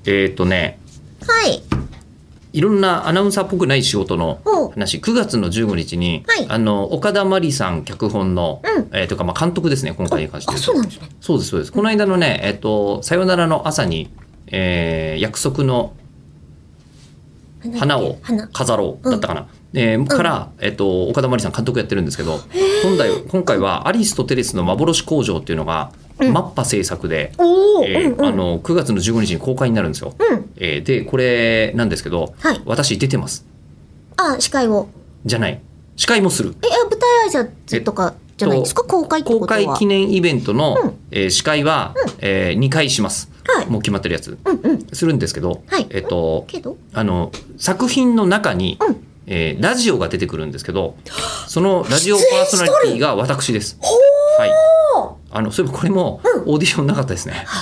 はい。 いろんなアナウンサーっぽくない仕事の話、9月の15日に、 はい、 岡田真理さん脚本の、というか監督ですね、今回に関して。 そうなんですね。 そうですそうです。この間のね、さよならの朝に、約束の花を飾ろうだったかな、から、岡田真理さん監督やってるんですけど、今回はアリスとテレスの幻工場っていうのが、マッパ制作で、9月の15日に公開になるんですよ。でこれなんですけど、 はい、 私出てます。 司会をじゃない、司会もする。 舞台挨拶とかじゃないですか、公開ってことは。 公開記念イベントの、司会は、2回します、 はい、 もう決まってるやつ、するんですけど、 はい、けど作品の中に、ラジオが出てくるんですけど、そのラジオパーソナリティが私です。はい、そういえばこれもオーディションなかったですね。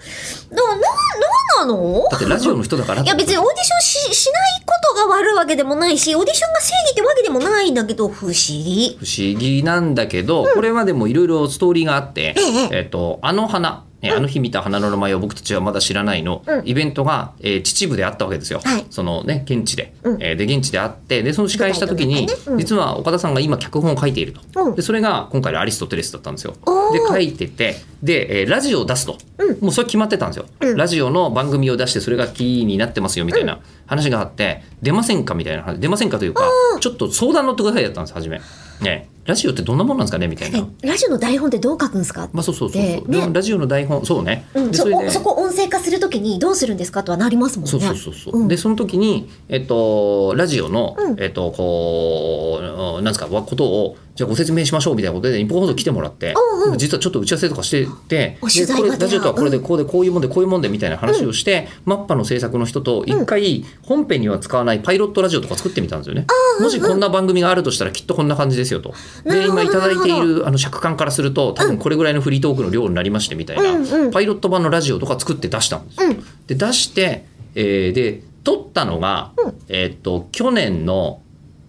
なんなの？ だってラジオの人だから。 いや別にオーディション しないことが悪いわけでもないし、オーディションが正義ってわけでもないんだけど、不思議なんだけど、 これはでもいろいろストーリーがあって、あの花、あの日見た花の名前を僕たちはまだ知らないの、イベントが、秩父であったわけですよ、そのね現地で、で現地であって、でその司会した時に、実は岡田さんが今脚本を書いていると、でそれが今回のアリスとテレスだったんですよ。で書いてて、で、ラジオを出すと、もうそれ決まってたんですよ、ラジオの番組を出してそれがキーになってますよみたいな話があって、出ませんかみたいな話、出ませんかというか、ちょっと相談乗ってくださいだったんです初めね。ラジオってどんなもんなんですかねみたいな。 ラジオの台本ってどう書くんですか。 そうでラジオの台本、そうね、 そこ音声化するときにどうするんですかとはなりますもんね。 でその時に、ラジオの、こうなんですかことをじゃあご説明しましょうみたいなことで日本放送来てもらって、実はちょっと打ち合わせとかしてて、でこれラジオとはこれでこういうもんでみたいな話をして、マッパの制作の人と一回本編には使わないパイロットラジオとか作ってみたんですよね。もしこんな番組があるとしたらきっとこんな感じですよと。で今いただいている尺感からすると多分これぐらいのフリートークの量になりましてみたいな、パイロット版のラジオとか作って出したんです。で出して、で撮ったのが、去年の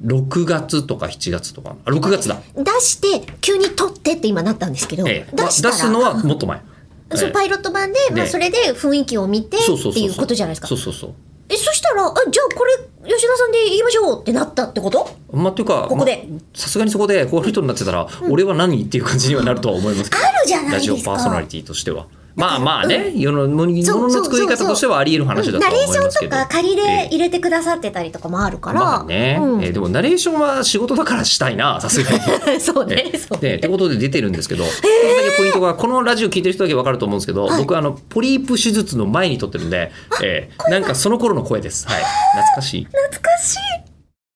6月とか7月とか、6月だ。 出して急に撮ってって今なったんですけど、出すのはもっと前。 パイロット版で、それで雰囲気を見てっていうことじゃないですか。そしたらじゃあこれ吉田さんで言いましょうってなったってこと？ っていうかここでさすがにそこでこういう人になってたら、俺は何っていう感じにはなるとは思いますけど、 あるじゃないですか。 ラジオパーソナリティとしては。まあね、世のものの作り方としてはあり得る話だとは思いますけど、 ナレーションとか仮で入れてくださってたりとかもあるから、 でもナレーションは仕事だからしたいな、さすがに。 そうね。 ってことで出てるんですけど、一つだけポイントが、このラジオ聞いてる人だけ分かると思うんですけど、僕ポリープ手術の前に撮ってるんで、なんかその頃の声です。はい、懐かしい。